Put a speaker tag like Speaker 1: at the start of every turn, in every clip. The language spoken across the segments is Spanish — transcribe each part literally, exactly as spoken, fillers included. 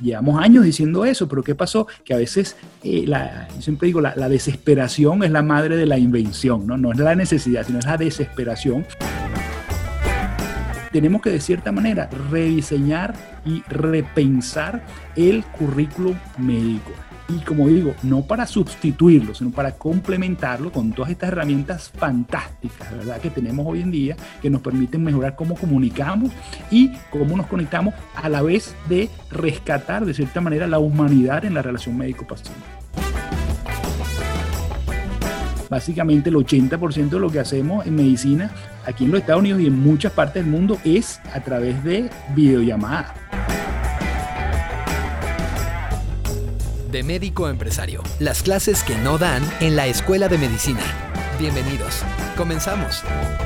Speaker 1: llevamos años diciendo eso, pero ¿qué pasó? Que a veces, eh, la, yo siempre digo, la, la desesperación es la madre de la invención, ¿no? No es la necesidad, sino es la desesperación. Tenemos que, de cierta manera, rediseñar y repensar el currículum médico. Y como digo, no para sustituirlo, sino para complementarlo con todas estas herramientas fantásticas, ¿verdad?, que tenemos hoy en día, que nos permiten mejorar cómo comunicamos y cómo nos conectamos, a la vez de rescatar, de cierta manera, la humanidad en la relación médico-paciente. Básicamente el ochenta por ciento de lo que hacemos en medicina aquí en los Estados Unidos y en muchas partes del mundo es a través de videollamadas.
Speaker 2: De médico a empresario, las clases que no dan en la Escuela de Medicina. Bienvenidos. Comenzamos.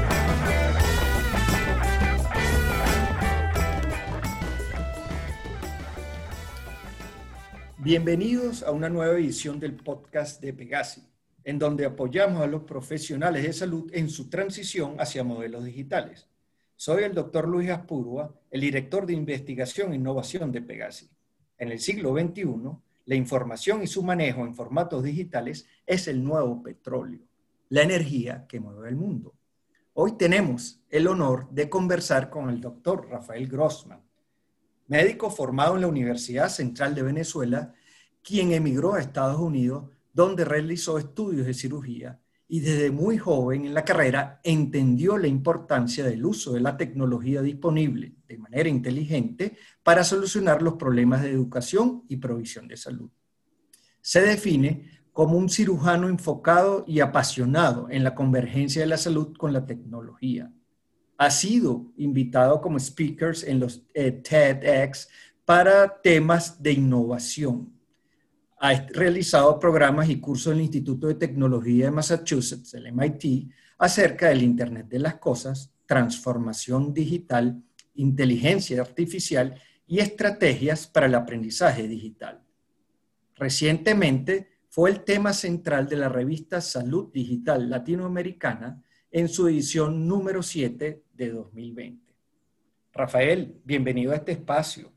Speaker 3: Bienvenidos a una nueva edición del podcast de Pegasi, en donde apoyamos a los profesionales de salud en su transición hacia modelos digitales. Soy el doctor Luis Aspurua, el director de investigación e innovación de Pegasi. En el siglo veintiuno, la información y su manejo en formatos digitales es el nuevo petróleo, la energía que mueve el mundo. Hoy tenemos el honor de conversar con el doctor Rafael Grossman, médico formado en la Universidad Central de Venezuela, quien emigró a Estados Unidos, donde realizó estudios de cirugía y desde muy joven en la carrera entendió la importancia del uso de la tecnología disponible de manera inteligente para solucionar los problemas de educación y provisión de salud. Se define como un cirujano enfocado y apasionado en la convergencia de la salud con la tecnología. Ha sido invitado como speakers en los eh, TEDx para temas de innovación. Ha realizado programas y cursos en el Instituto de Tecnología de Massachusetts, el M I T, acerca del Internet de las Cosas, transformación digital, inteligencia artificial y estrategias para el aprendizaje digital. Recientemente fue el tema central de la revista Salud Digital Latinoamericana en su edición número siete de dos mil veinte. Rafael, bienvenido a este espacio.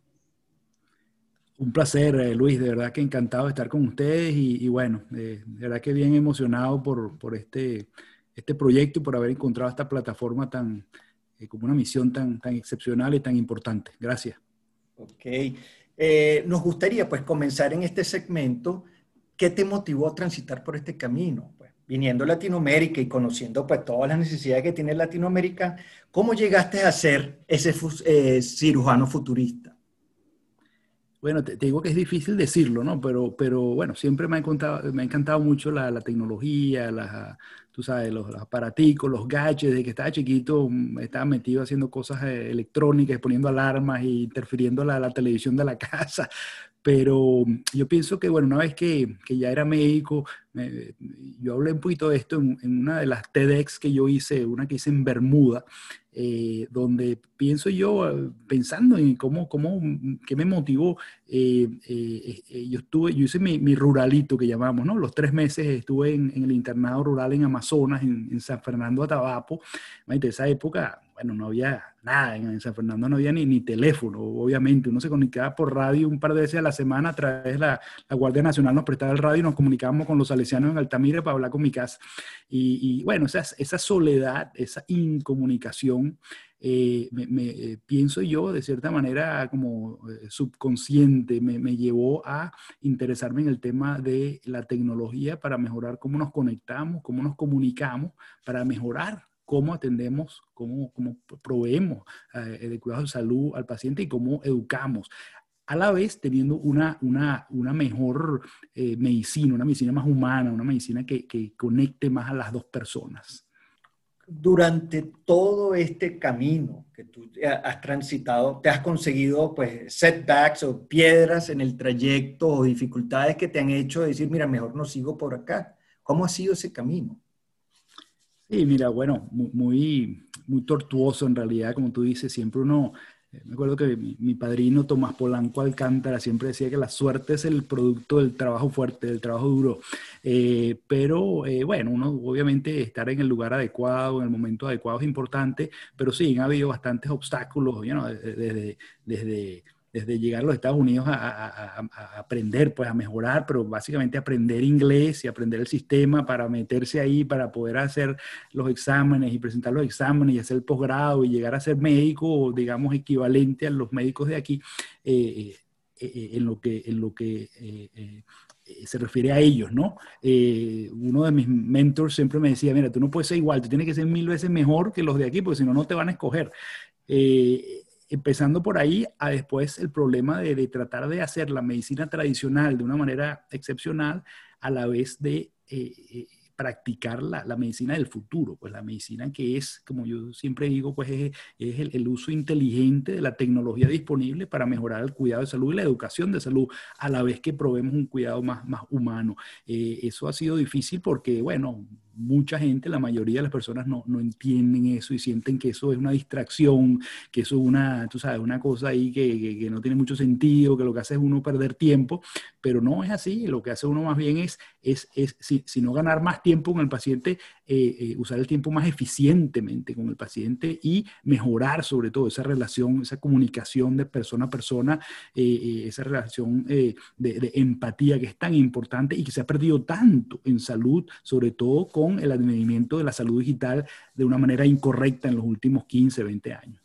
Speaker 1: Un placer, eh, Luis, de verdad que encantado de estar con ustedes y, y bueno, eh, de verdad que bien emocionado por, por este, este proyecto y por haber encontrado esta plataforma tan, eh, como una misión tan, tan excepcional y tan importante. Gracias.
Speaker 3: Ok. Eh, nos gustaría pues comenzar en este segmento. ¿Qué te motivó a transitar por este camino? Pues, viniendo a Latinoamérica y conociendo pues todas las necesidades que tiene Latinoamérica, ¿cómo llegaste a ser ese eh, cirujano futurista?
Speaker 1: Bueno, te, te digo que es difícil decirlo, ¿no? Pero, pero bueno, siempre me ha encantado, me ha encantado mucho la, la tecnología, las, tú sabes, los, los aparaticos, los gadgets. Desde que estaba chiquito estaba metido haciendo cosas eh, electrónicas, poniendo alarmas e interfiriendo la, la televisión de la casa. Pero yo pienso que, bueno, una vez que, que ya era médico, eh, yo hablé un poquito de esto en, en una de las TEDx que yo hice, una que hice en Bermuda, eh, donde pienso yo, eh, pensando en cómo, cómo, qué me motivó, eh, eh, eh, yo estuve, yo hice mi, mi ruralito que llamamos, ¿no? Los tres meses estuve en, en el internado rural en Amazonas, en, en San Fernando Atabapo. De esa época, bueno, no había nada, en San Fernando no había ni, ni teléfono, obviamente, uno se comunicaba por radio un par de veces a la semana a través de la, la Guardia Nacional, nos prestaba el radio y nos comunicábamos con los salesianos en Altamira para hablar con mi casa. Y, y bueno, esa, esa soledad, esa incomunicación, eh, me, me, eh, pienso yo, de cierta manera, como eh, subconsciente, me, me llevó a interesarme en el tema de la tecnología para mejorar cómo nos conectamos, cómo nos comunicamos, para mejorar cómo atendemos, cómo, cómo proveemos eh, de cuidados de salud al paciente y cómo educamos. A la vez teniendo una, una, una mejor eh, medicina, una medicina más humana, una medicina que, que conecte más a las dos personas.
Speaker 3: Durante todo este camino que tú has transitado, ¿te has conseguido pues setbacks o piedras en el trayecto o dificultades que te han hecho decir, mira, mejor no sigo por acá? ¿Cómo ha sido ese camino?
Speaker 1: Sí, mira, bueno, muy, muy tortuoso en realidad, como tú dices, siempre uno, eh, me acuerdo que mi, mi padrino Tomás Polanco Alcántara siempre decía que la suerte es el producto del trabajo fuerte, del trabajo duro, eh, pero eh, bueno, uno obviamente estar en el lugar adecuado, en el momento adecuado es importante, pero sí, han habido bastantes obstáculos, you know, desde, desde desde llegar a los Estados Unidos a, a, a, a aprender, pues a mejorar, pero básicamente aprender inglés y aprender el sistema para meterse ahí, para poder hacer los exámenes y presentar los exámenes y hacer el posgrado y llegar a ser médico, digamos, equivalente a los médicos de aquí, eh, eh, en lo que, en lo que eh, eh, se refiere a ellos, ¿no? Eh, uno de mis mentors siempre me decía, mira, tú no puedes ser igual, tú tienes que ser mil veces mejor que los de aquí, porque si no, no te van a escoger. Eh, empezando por ahí, a después el problema de, de tratar de hacer la medicina tradicional de una manera excepcional, a la vez de eh, eh, practicar la, la medicina del futuro, pues la medicina que es, como yo siempre digo, pues es, es el, el uso inteligente de la tecnología disponible para mejorar el cuidado de salud y la educación de salud, a la vez que proveemos un cuidado más, más humano. Eh, eso ha sido difícil porque, bueno, mucha gente, la mayoría de las personas no, no entienden eso y sienten que eso es una distracción, que eso es una, tú sabes, una cosa ahí que, que, que no tiene mucho sentido, que lo que hace es uno perder tiempo, pero no es así. Lo que hace uno más bien es, es, es si, si no ganar más tiempo con el paciente, eh, eh, usar el tiempo más eficientemente con el paciente y mejorar sobre todo esa relación, esa comunicación de persona a persona, eh, eh, esa relación eh, de, de empatía que es tan importante y que se ha perdido tanto en salud, sobre todo con con el advenimiento de la salud digital de una manera incorrecta en los últimos quince, veinte años.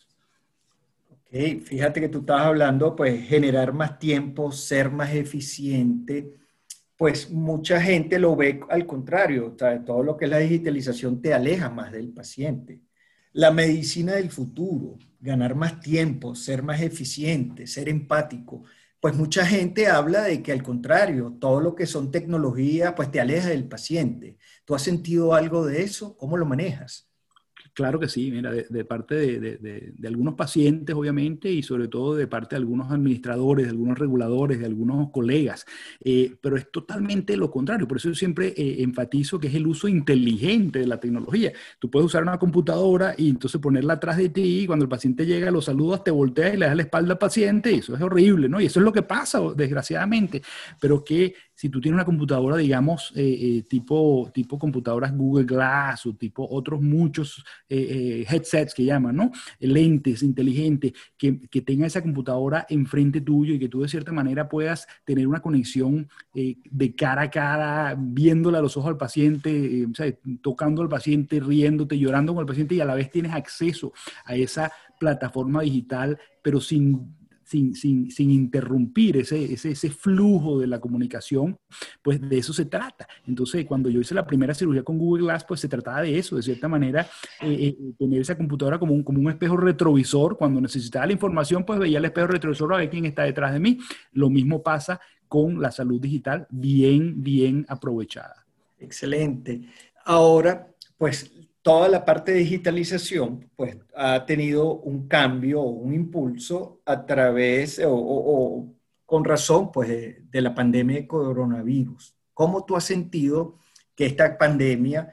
Speaker 3: Ok, fíjate que tú estabas hablando, pues, generar más tiempo, ser más eficiente. Pues mucha gente lo ve al contrario, o sea, todo lo que es la digitalización te aleja más del paciente. La medicina del futuro, ganar más tiempo, ser más eficiente, ser empático. Pues mucha gente habla de que al contrario, todo lo que son tecnología, pues te aleja del paciente. ¿Tú has sentido algo de eso? ¿Cómo lo manejas?
Speaker 1: Claro que sí, mira, de, de parte de, de, de, de algunos pacientes, obviamente, y sobre todo de parte de algunos administradores, de algunos reguladores, de algunos colegas, eh, pero es totalmente lo contrario. Por eso yo siempre eh, enfatizo que es el uso inteligente de la tecnología. Tú puedes usar una computadora y entonces ponerla atrás de ti, y cuando el paciente llega, los saludas, te volteas y le das la espalda al paciente, y eso es horrible, ¿no? Y eso es lo que pasa, desgraciadamente, pero que si tú tienes una computadora, digamos, eh, eh, tipo, tipo computadoras Google Glass o tipo otros muchos eh, eh, headsets que llaman, ¿no? Lentes inteligentes, que, que tenga esa computadora enfrente tuyo y que tú de cierta manera puedas tener una conexión eh, de cara a cara, viéndole a los ojos al paciente, eh, ¿sabes? Tocando al paciente, riéndote, llorando con el paciente, y a la vez tienes acceso a esa plataforma digital, pero sin... Sin, sin, sin interrumpir ese, ese, ese flujo de la comunicación, pues de eso se trata. Entonces, cuando yo hice la primera cirugía con Google Glass, pues se trataba de eso, de cierta manera, eh, eh, tener esa computadora como un, como un espejo retrovisor. Cuando necesitaba la información, pues veía el espejo retrovisor a ver quién está detrás de mí. Lo mismo pasa con la salud digital, bien, bien aprovechada.
Speaker 3: Excelente. Ahora, pues, toda la parte de digitalización pues, ha tenido un cambio o un impulso a través o, o, o con razón pues, de, de la pandemia de coronavirus. ¿Cómo tú has sentido que esta pandemia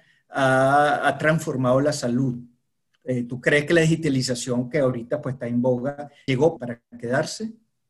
Speaker 3: ha, ha transformado la salud? Eh, ¿Tú crees que la digitalización que ahorita pues, está en boga llegó para quedarse?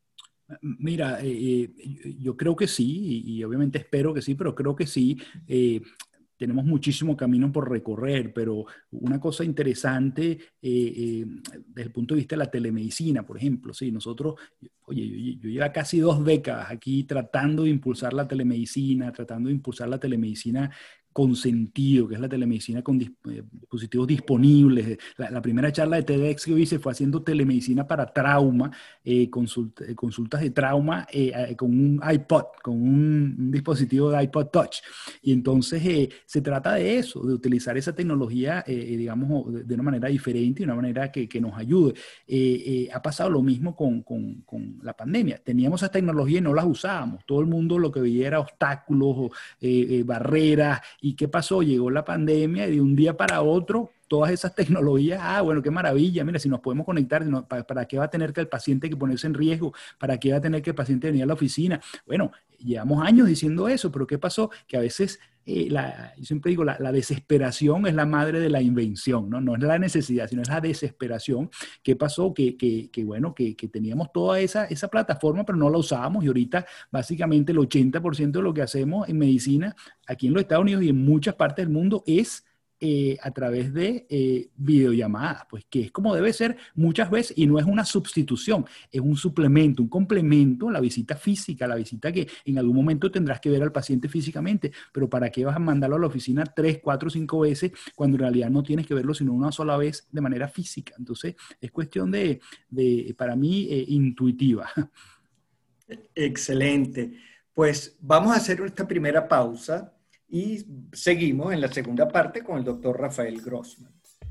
Speaker 1: Mira, eh, yo creo que sí, y, y obviamente espero que sí, pero creo que sí. Eh, Tenemos muchísimo camino por recorrer, pero una cosa interesante eh, eh, desde el punto de vista de la telemedicina, por ejemplo, sí, nosotros, oye, yo, yo llevo casi dos décadas aquí tratando de impulsar la telemedicina, tratando de impulsar la telemedicina con sentido, que es la telemedicina con dispositivos disponibles. La, la primera charla de TEDx que yo hice fue haciendo telemedicina para trauma, eh, consult, eh, consultas de trauma eh, eh, con un iPod, con un, un dispositivo de iPod Touch. Y entonces eh, se trata de eso, de utilizar esa tecnología, eh, digamos, de, de una manera diferente, de una manera que, que nos ayude. Eh, eh, ha pasado lo mismo con, con, con la pandemia. Teníamos esa tecnología y no las usábamos. Todo el mundo lo que veía era obstáculos, eh, eh, barreras. ¿Y qué pasó? Llegó la pandemia y de un día para otro, todas esas tecnologías, ah, bueno, qué maravilla, mira, si nos podemos conectar, ¿para, para qué va a tener que el paciente que ponerse en riesgo? ¿Para qué va a tener que el paciente venir a la oficina? Bueno, llevamos años diciendo eso, pero ¿qué pasó? Que a veces, eh, la, yo siempre digo, la, la desesperación es la madre de la invención, ¿no? No es la necesidad, sino es la desesperación. ¿Qué pasó? Que, que, que bueno, que, que teníamos toda esa, esa plataforma, pero no la usábamos, y ahorita básicamente el ochenta por ciento de lo que hacemos en medicina aquí en los Estados Unidos y en muchas partes del mundo es eh, a través de eh, videollamadas, pues que es como debe ser muchas veces y no es una sustitución, es un suplemento, un complemento a la visita física, la visita que en algún momento tendrás que ver al paciente físicamente, pero ¿para qué vas a mandarlo a la oficina tres, cuatro, cinco veces cuando en realidad no tienes que verlo sino una sola vez de manera física? Entonces es cuestión de, de para mí, eh, intuitiva.
Speaker 3: Excelente. Pues vamos a hacer esta primera pausa y seguimos en la segunda parte con el doctor Rafael Grossman.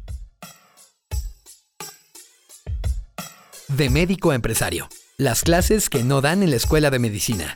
Speaker 2: De médico a empresario. Las clases que no dan en la escuela de medicina.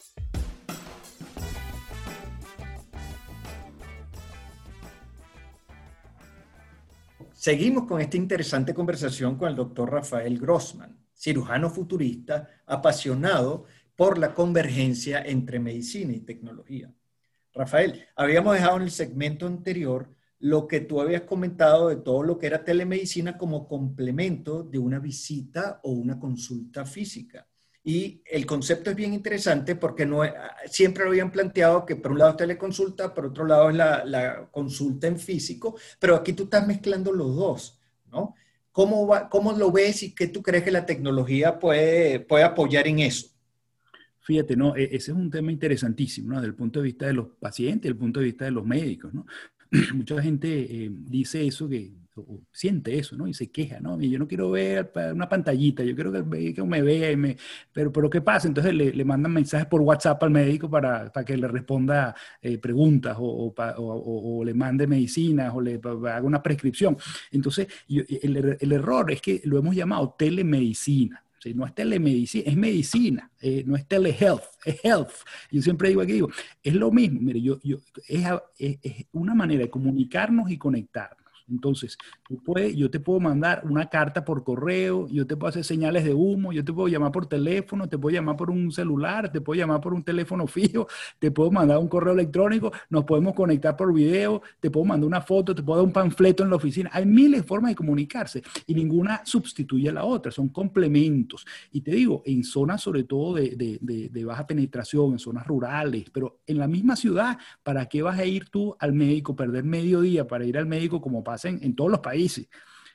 Speaker 3: Seguimos con esta interesante conversación con el doctor Rafael Grossman, cirujano futurista apasionado por la convergencia entre medicina y tecnología. Rafael, habíamos dejado en el segmento anterior lo que tú habías comentado de todo lo que era telemedicina como complemento de una visita o una consulta física. Y el concepto es bien interesante porque no, siempre lo habían planteado que por un lado es teleconsulta, por otro lado es la, la consulta en físico, pero aquí tú estás mezclando los dos, ¿no? ¿Cómo, va, cómo lo ves y qué tú crees que la tecnología puede, puede apoyar en eso?
Speaker 1: Fíjate, ¿no? Ese es un tema interesantísimo, ¿no? Desde el punto de vista de los pacientes, desde el punto de vista de los médicos, ¿no? Mucha gente eh, dice eso, que, o siente eso, ¿no? Y se queja, ¿no? Y yo no quiero ver una pantallita, yo quiero que el médico me vea, y me... Pero, pero ¿qué pasa? Entonces le, le mandan mensajes por WhatsApp al médico para, para que le responda eh, preguntas o, o, o, o le mande medicinas o le haga una prescripción. Entonces, yo, el, el error es que lo hemos llamado telemedicina. Sí, no es telemedicina, es medicina, eh, no es telehealth, es health. Yo siempre digo aquí, digo, es lo mismo, mire, yo, yo, es, es, es una manera de comunicarnos y conectarnos. Entonces, tú puedes, yo te puedo mandar una carta por correo, yo te puedo hacer señales de humo, yo te puedo llamar por teléfono, te puedo llamar por un celular, te puedo llamar por un teléfono fijo, te puedo mandar un correo electrónico, nos podemos conectar por video, te puedo mandar una foto, te puedo dar un panfleto en la oficina. Hay miles de formas de comunicarse y ninguna sustituye a la otra, son complementos. Y te digo, en zonas sobre todo de, de, de, de baja penetración, en zonas rurales, pero en la misma ciudad, ¿para qué vas a ir tú al médico, perder medio día para ir al médico como pasa En, en todos los países,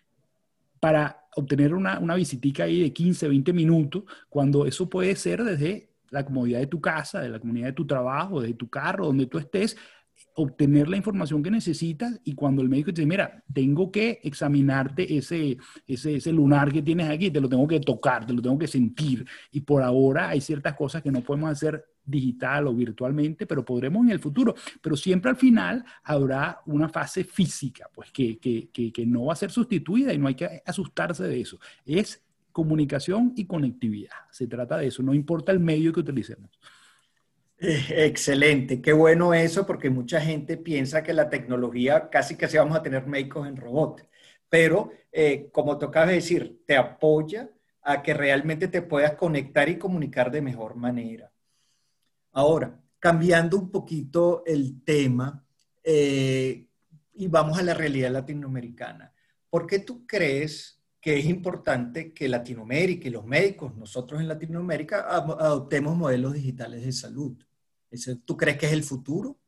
Speaker 1: para obtener una, una visitica ahí de quince, veinte minutos, cuando eso puede ser desde la comodidad de tu casa, de la comodidad de tu trabajo, de tu carro, donde tú estés, obtener la información que necesitas y cuando el médico te dice, mira, tengo que examinarte ese, ese, ese lunar que tienes aquí, te lo tengo que tocar, te lo tengo que sentir y por ahora hay ciertas cosas que no podemos hacer digital o virtualmente, pero podremos en el futuro. Pero siempre al final habrá una fase física, pues que, que, que, que no va a ser sustituida y no hay que asustarse de eso. Es comunicación y conectividad. Se trata de eso, no importa el medio que utilicemos.
Speaker 3: Eh, excelente, qué bueno eso porque mucha gente piensa que la tecnología casi que se vamos a tener médicos en robot, pero eh, como tocaba decir, te apoya a que realmente te puedas conectar y comunicar de mejor manera. Ahora, cambiando un poquito el tema eh, y vamos a la realidad latinoamericana, ¿por qué tú crees que es importante que Latinoamérica y los médicos, nosotros en Latinoamérica, adoptemos modelos digitales de salud? ¿Tú crees que es el futuro?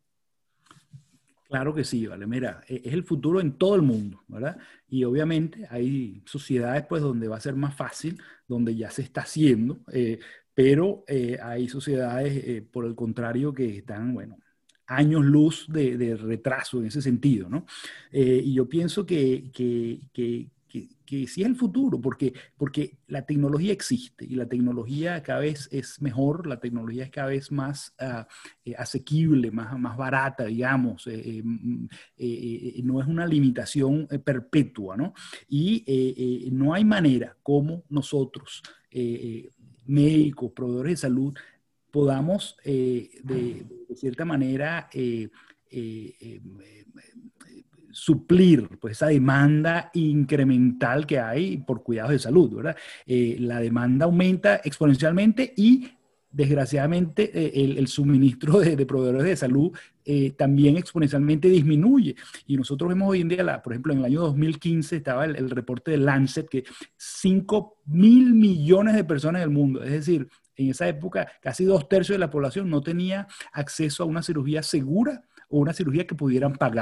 Speaker 1: Claro que sí, vale. Mira, es el futuro en todo el mundo, ¿verdad? Y obviamente hay sociedades pues donde va a ser más fácil, donde ya se está haciendo, eh, pero eh, hay sociedades, eh, por el contrario, que están, bueno, años luz de, de retraso en ese sentido, ¿no? Eh, y yo pienso que, que, que, que, que sí es el futuro, porque, porque la tecnología existe y la tecnología cada vez es mejor, la tecnología es cada vez más uh, eh, asequible, más, más barata, digamos, eh, eh, eh, no es una limitación eh, perpetua, ¿no? Y eh, eh, no hay manera como nosotros, eh, médicos, proveedores de salud, podamos eh, de, de cierta manera eh, eh, eh, suplir pues, esa demanda incremental que hay por cuidados de salud, ¿verdad? Eh, la demanda aumenta exponencialmente y desgraciadamente eh, el, el suministro de, de proveedores de salud eh, también exponencialmente disminuye. Y nosotros vemos hoy en día, la, por ejemplo, en el año dos mil quince estaba el, el reporte de Lancet que cinco mil millones de personas en el mundo, es decir, en esa época casi dos tercios de la población no tenía acceso a una cirugía segura o una cirugía que pudieran pagar.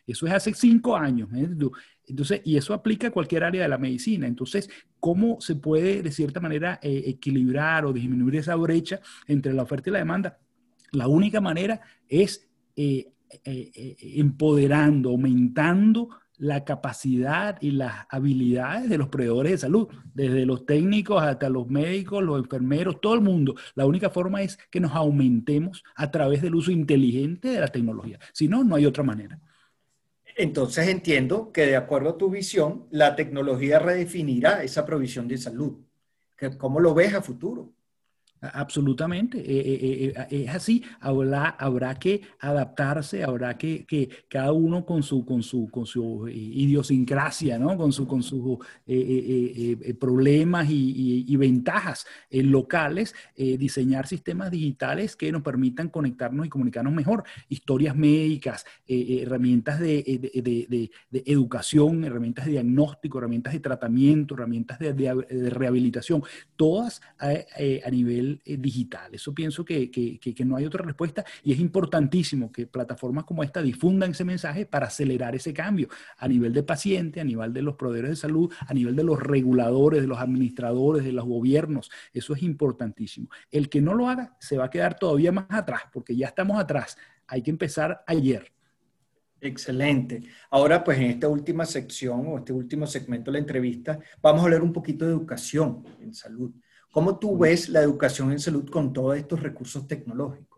Speaker 1: Eso es hace cinco años. ¿eh? Entonces, y eso aplica a cualquier área de la medicina. Entonces, ¿cómo se puede, de cierta manera, eh, equilibrar o disminuir esa brecha entre la oferta y la demanda? La única manera es eh, eh, eh, empoderando, aumentando la capacidad y las habilidades de los proveedores de salud, desde los técnicos hasta los médicos, los enfermeros, todo el mundo. La única forma es que nos aumentemos a través del uso inteligente de la tecnología. Si no, no hay otra manera.
Speaker 3: Entonces entiendo que de acuerdo a tu visión, la tecnología redefinirá esa provisión de salud. ¿Cómo lo ves a futuro?
Speaker 1: Absolutamente, eh, eh, eh, es así. Habrá, habrá que adaptarse, habrá que, que cada uno con su, con su, con su idiosincrasia, ¿no? Con, su, con sus eh, eh, eh, problemas y, y, y ventajas eh, locales, eh, diseñar sistemas digitales que nos permitan conectarnos y comunicarnos mejor, historias médicas, eh, herramientas de, de, de, de, de educación, herramientas de diagnóstico, herramientas de tratamiento, herramientas de, de, de rehabilitación, todas a, a nivel digital. Eso pienso que, que, que, que no hay otra respuesta y es importantísimo que plataformas como esta difundan ese mensaje para acelerar ese cambio a nivel de paciente, a nivel de los proveedores de salud, a nivel de los reguladores, de los administradores, de los gobiernos. Eso es importantísimo. El que no lo haga se va a quedar todavía más atrás porque ya estamos atrás. Hay que empezar ayer.
Speaker 3: Excelente. Ahora, pues en esta última sección o este último segmento de la entrevista, vamos a hablar un poquito de educación en salud. ¿Cómo tú ves la educación en salud con todos estos recursos tecnológicos?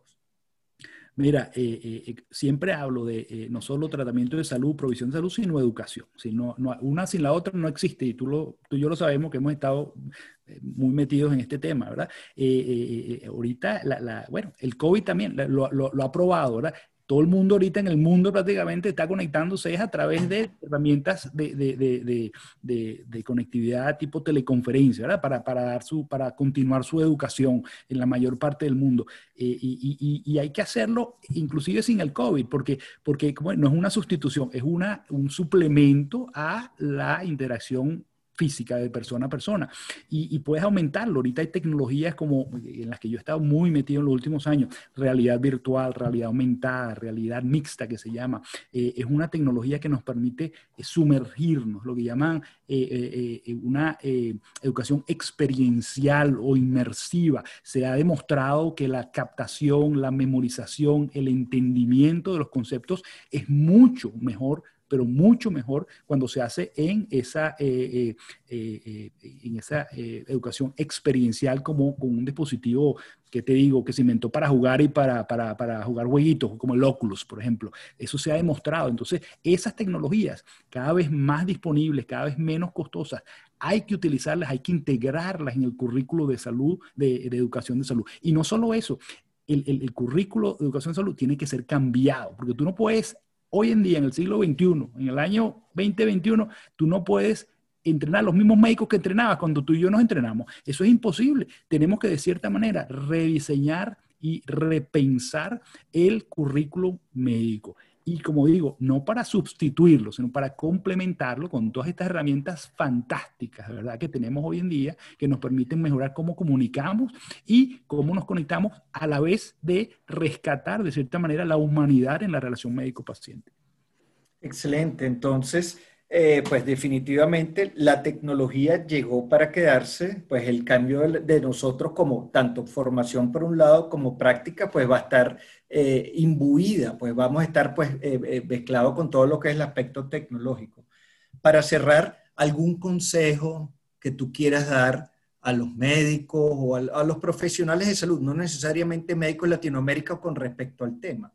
Speaker 1: Mira, eh, eh, siempre hablo de eh, no solo tratamiento de salud, provisión de salud, sino educación. Si no, no, una sin la otra no existe y tú, lo, tú y yo lo sabemos que hemos estado eh, muy metidos en este tema, ¿verdad? Eh, eh, ahorita, la, la, bueno, el COVID también lo, lo, lo ha probado, ¿verdad? Todo el mundo ahorita en el mundo prácticamente está conectándose a través de herramientas de, de, de, de, de, de conectividad tipo teleconferencia, ¿verdad? Para, para, dar su, para continuar su educación en la mayor parte del mundo. Eh, y, y, y hay que hacerlo inclusive sin el COVID, porque, porque bueno, no es una sustitución, es una, un suplemento a la interacción física de persona a persona y, y puedes aumentarlo. Ahorita hay tecnologías como en las que yo he estado muy metido en los últimos años, realidad virtual, realidad aumentada, realidad mixta que se llama. Eh, es una tecnología que nos permite eh, sumergirnos, lo que llaman eh, eh, eh, una eh, educación experiencial o inmersiva. Se ha demostrado que la captación, la memorización, el entendimiento de los conceptos es mucho mejor pero mucho mejor cuando se hace en esa, eh, eh, eh, en esa eh, educación experiencial como con un dispositivo que te digo, que se inventó para jugar y para, para, para jugar jueguitos, como el Oculus, por ejemplo. Eso se ha demostrado. Entonces, esas tecnologías cada vez más disponibles, cada vez menos costosas, hay que utilizarlas, hay que integrarlas en el currículo de salud, de, de educación de salud. Y no solo eso, el, el, el currículo de educación de salud tiene que ser cambiado, porque tú no puedes hoy en día, en el siglo veintiuno, en el año veinte veintiuno, tú no puedes entrenar los mismos médicos que entrenabas cuando tú y yo nos entrenamos. Eso es imposible. Tenemos que, de cierta manera, rediseñar y repensar el currículo médico. Y como digo, no para sustituirlo, sino para complementarlo con todas estas herramientas fantásticas, ¿verdad?, que tenemos hoy en día, que nos permiten mejorar cómo comunicamos y cómo nos conectamos a la vez de rescatar, de cierta manera, la humanidad en la relación médico-paciente.
Speaker 3: Excelente. Entonces, eh, pues definitivamente la tecnología llegó para quedarse, pues el cambio de, de nosotros como tanto formación por un lado como práctica, pues va a estar eh, imbuida, pues vamos a estar pues eh, eh, mezclado con todo lo que es el aspecto tecnológico. Para cerrar, ¿algún consejo que tú quieras dar a los médicos o a, a los profesionales de salud, no necesariamente médicos en Latinoamérica, con respecto al tema?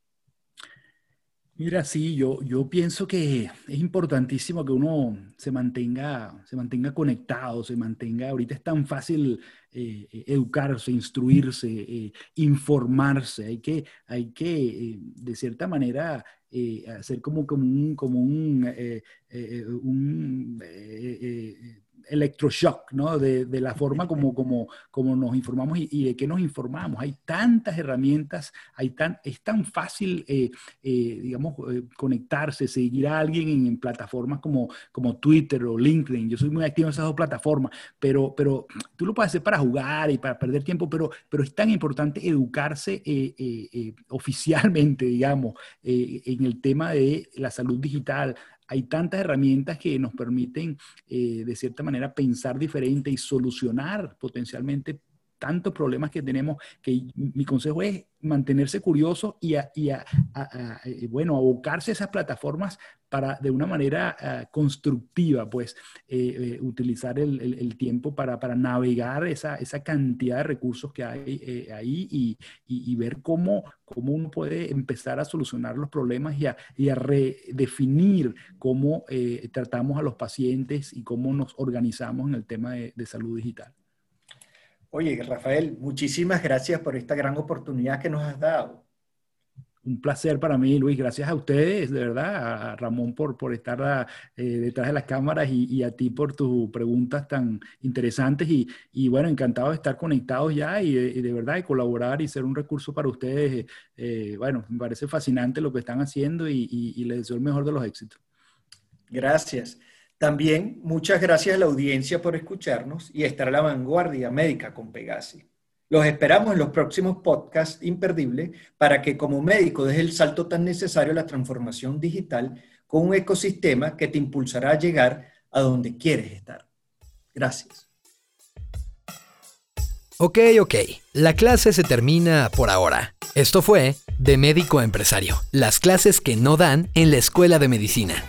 Speaker 1: Mira, sí, yo, yo pienso que es importantísimo que uno se mantenga, se mantenga conectado, se mantenga, ahorita es tan fácil eh, educarse, instruirse, eh, informarse, hay que, hay que eh, de cierta manera, eh, hacer como, como un, como un, eh, eh, un eh, eh, electroshock, ¿no? De, de la forma como, como, como nos informamos y, y de qué nos informamos. Hay tantas herramientas, hay tan, es tan fácil, eh, eh, digamos, eh, conectarse, seguir a alguien en, en plataformas como, como Twitter o LinkedIn. Yo soy muy activo en esas dos plataformas, pero, pero tú lo puedes hacer para jugar y para perder tiempo, pero, pero es tan importante educarse eh, eh, eh, oficialmente, digamos, eh, en el tema de la salud digital. Hay tantas herramientas que nos permiten, eh, de cierta manera, pensar diferente y solucionar potencialmente tantos problemas que tenemos, que mi consejo es mantenerse curioso y, a, y a, a, a, bueno, abocarse a esas plataformas para, de una manera uh, constructiva, pues, eh, eh, utilizar el, el, el tiempo para, para navegar esa, esa cantidad de recursos que hay eh, ahí y, y, y ver cómo, cómo uno puede empezar a solucionar los problemas y a, y a redefinir cómo eh, tratamos a los pacientes y cómo nos organizamos en el tema de, de salud digital.
Speaker 3: Oye, Rafael, muchísimas gracias por esta gran oportunidad que nos has dado.
Speaker 1: Un placer para mí, Luis. Gracias a ustedes, de verdad, a Ramón por, por estar a, eh, detrás de las cámaras y, y a ti por tus preguntas tan interesantes. Y, y bueno, encantado de estar conectados ya y de, y de verdad de colaborar y ser un recurso para ustedes. Eh, bueno, me parece fascinante lo que están haciendo y, y, y les deseo el mejor de los éxitos.
Speaker 3: Gracias. También muchas gracias a la audiencia por escucharnos y estar a la vanguardia médica con Pegasi. Los esperamos en los próximos podcasts imperdibles para que como médico des el salto tan necesario a la transformación digital con un ecosistema que te impulsará a llegar a donde quieres estar. Gracias.
Speaker 2: Ok, ok. La clase se termina por ahora. Esto fue De Médico a Empresario, las clases que no dan en la Escuela de Medicina.